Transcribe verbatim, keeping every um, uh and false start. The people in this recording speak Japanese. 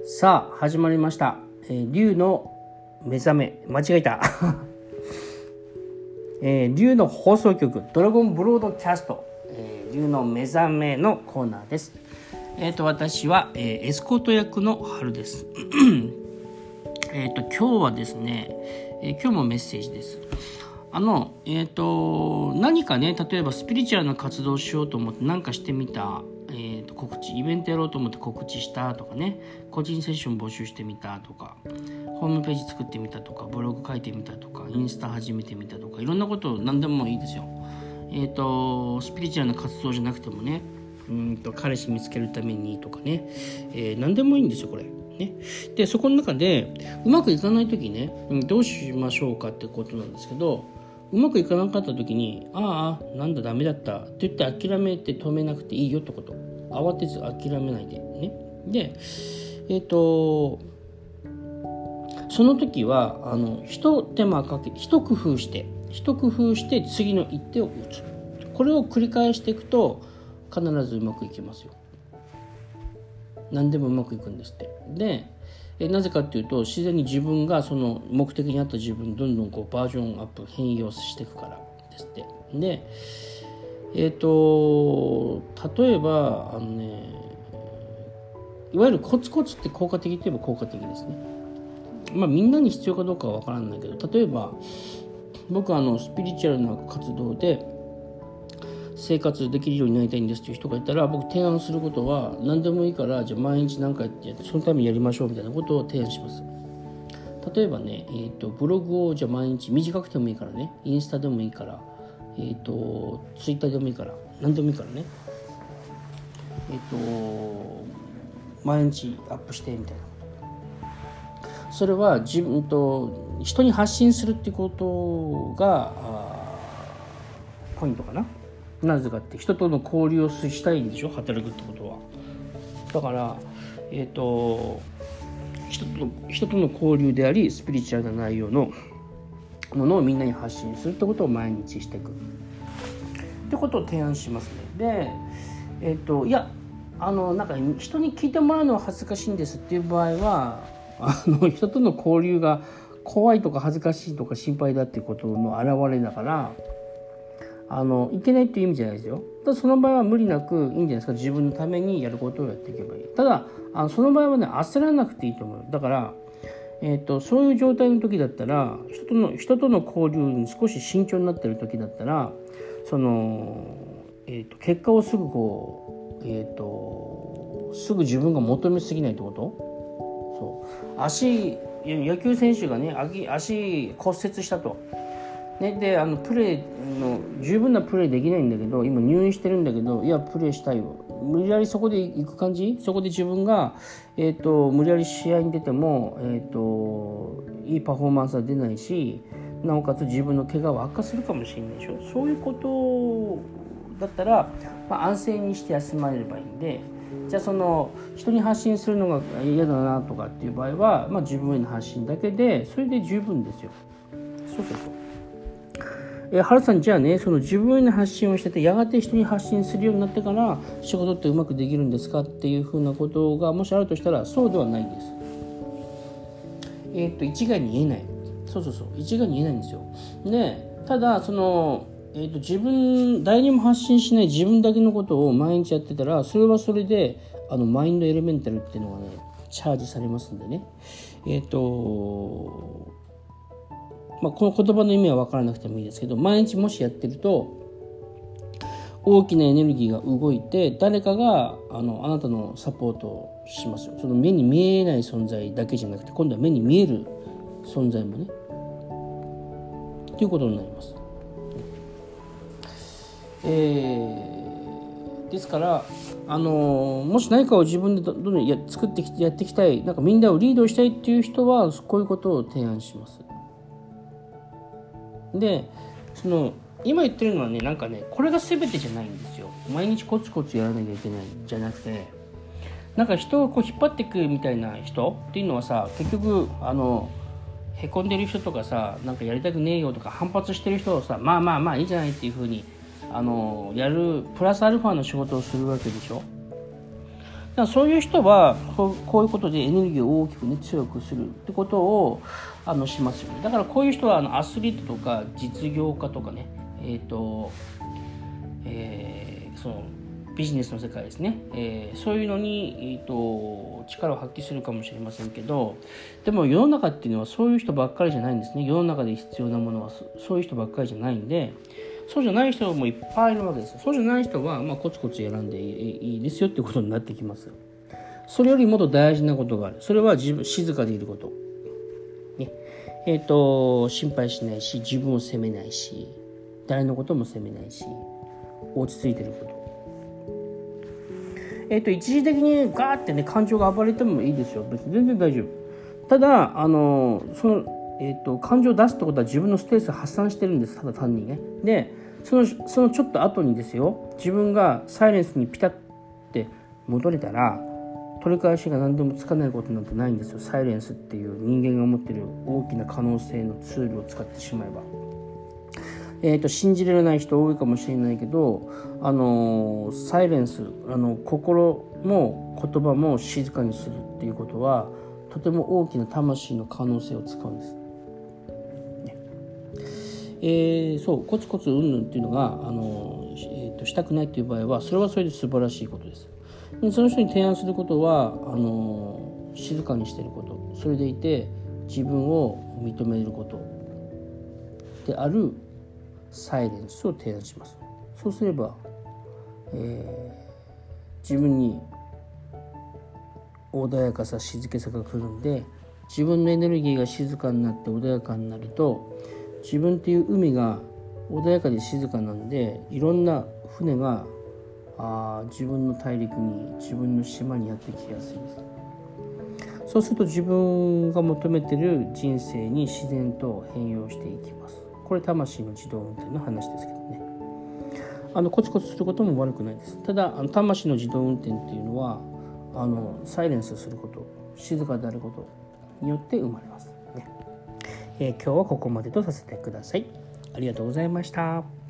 さあ始まりました、えー、竜の目覚め間違えた、えー、竜の放送局ドラゴンブロードキャスト、えー、竜の目覚めのコーナーです。えーと私は、えー、エスコート役の春です。えーと今日はですね、えー、今日もメッセージです。あのえーと何かね、例えばスピリチュアルな活動をしようと思って何かしてみた、えーと告知イベントやろうと思って告知したとかね、個人セッション募集してみたとか、ホームページ作ってみたとか、ブログ書いてみたとか、インスタ始めてみたとか、いろんなこと何でもいいですよ。えーとスピリチュアルな活動じゃなくてもね、うんと彼氏見つけるためにとかね、えー、何でもいいんですよこれね。でそこの中でうまくいかない時ね、どうしましょうかってことなんですけど、うまくいかなかった時にああなんだダメだったって言って諦めて止めなくていいよってこと。慌てず諦めないでね。でえっ、ー、とその時はあの一手間かけ一工夫して一工夫して次の一手を打つ。これを繰り返していくと必ずうまくいきますよ。何でもうまくいくんですって。でえなぜかっていうと、自然に自分がその目的に合った自分にどんどんこうバージョンアップ変容していくからですって。でえっ、ー、と例えばあのね、いわゆるコツコツって効果的といえば効果的ですね。まあみんなに必要かどうかは分からないけど、例えば僕はあのスピリチュアルな活動で生活できるようになりたいんですという人がいたら、僕提案することは何でもいいから、じゃあ毎日何かやってそのためにやりましょうみたいなことを提案します。例えばね、えーと、ブログをじゃあ毎日短くてもいいからね、インスタでもいいから、えーと、ツイッターでもいいから、何でもいいからね、えーと、毎日アップしてみたいな。それは自分と人に発信するっていうことがポイントかな。なぜかって人との交流をしたいんでしょ、働くってことは。だからえっ、ー、と人と人との交流であり、スピリチュアルな内容のものをみんなに発信するってことを毎日していくってことを提案しますね。でえっ、ー、といやあのなんか人に聞いてもらうのは恥ずかしいんですっていう場合は、あの人との交流が怖いとか恥ずかしいとか心配だっていうことの表れだから、あのいけないっていう意味じゃないですよ。ただその場合は無理なくいいんじゃないですか。自分のためにやることをやっていけばいい。ただあのその場合はね、焦らなくていいと思う。だから、えーと、そういう状態の時だったら、人との人との交流に少し慎重になっている時だったら、その、えーと、結果をすぐこう、えーと、すぐ自分が求めすぎないってこと。そう足野球選手がね、足骨折したと。ね、であのプレーの十分なプレーできないんだけど、今入院してるんだけど、いやプレーしたいよ、無理やりそこで行く感じ。そこで自分が、えー、と無理やり試合に出ても、えー、といいパフォーマンスは出ないし、なおかつ自分の怪我は悪化するかもしれないでしょ。そういうことだったら、まあ、安静にして休まれればいいんで、じゃあその人に発信するのが嫌だなとかっていう場合は、まあ、自分への発信だけでそれで十分ですよ。そうそうそう。え春さん、じゃあね、その自分への発信をしてて、やがて人に発信するようになってから仕事ってうまくできるんですかっていうふうなことがもしあるとしたら、そうではないんです。えー、っと一概に言えない。そうそうそう、一概に言えないんですよ。でただその、えー、っと自分誰にも発信しない自分だけのことを毎日やってたら、それはそれであのマインドエレメンタルっていうのがねチャージされますんでね。えー、っとまあ、この言葉の意味は分からなくてもいいですけど、毎日もしやってると大きなエネルギーが動いて、誰かがあのあなたのサポートをしますよ。その目に見えない存在だけじゃなくて、今度は目に見える存在もねということになります。えー、ですからあのもし何かを自分でどんどんや作ってきてやっていきたい、なんかみんなをリードしたいっていう人はこういうことを提案します。でその今言ってるのはね、なんかね、これが全てじゃないんですよ。毎日コツコツやらなきゃいけないんじゃなくて、なんか人をこう引っ張っていくみたいな人っていうのはさ、結局あのへこんでる人とかさ、なんかやりたくねえよとか反発してる人をさ、まあまあまあいいじゃないっていう風にあのやるプラスアルファの仕事をするわけでしょ。 からそういう人はこういうことでエネルギーを大きくね強くするってことをあのしますよね。だからこういう人はあのアスリートとか実業家とかね、えっと、えー、そのビジネスの世界ですね、えー、そういうのに、えー、と力を発揮するかもしれませんけど、でも世の中っていうのはそういう人ばっかりじゃないんですね。世の中で必要なものはそういう人ばっかりじゃないんで、そうじゃない人もいっぱいいるわけです。そうじゃない人は、まあ、コツコツ選んでいいですよっていうことになってきます。それよりもっと大事なことがある。それは自分静かでいること、ねえー、と心配しないし、自分を責めないし、誰のことも責めないし、落ち着いていること。えー、と一時的にガーってね感情が暴れてもいいですよ。別に全然大丈夫。ただあのその、えー、と感情を出すってことは自分のストレスを発散してるんです。ただ単にね。でそのそのちょっと後にですよ、自分がサイレンスにピタッて戻れたら取り返しが何でもつかないことなんてないんですよ。サイレンスっていう人間が持っている大きな可能性のツールを使ってしまえば。えー、と信じられない人多いかもしれないけど、あのー、サイレンス、あの心も言葉も静かにするっていうことはとても大きな魂の可能性を使うんです、ねえー、そうコツコツうんぬんっていうのが、あのーえー、としたくないっていう場合はそれはそれで素晴らしいことです。でその人に提案することはあのー、静かにしていること、それでいて自分を認めることであるサイレンスを提案します。そうすれば、えー、自分に穏やかさ静けさが来るんで、自分のエネルギーが静かになって穏やかになると、自分っていう海が穏やかで静かなんで、いろんな船があ自分の大陸に自分の島にやってきやすいです。そうすると自分が求めている人生に自然と変容していきます。これ魂の自動運転の話ですけどね。あのコツコツすることも悪くないです。ただあの魂の自動運転っていうのはあのサイレンスすること、静かであることによって生まれます、ねえー、今日はここまでとさせてください。ありがとうございました。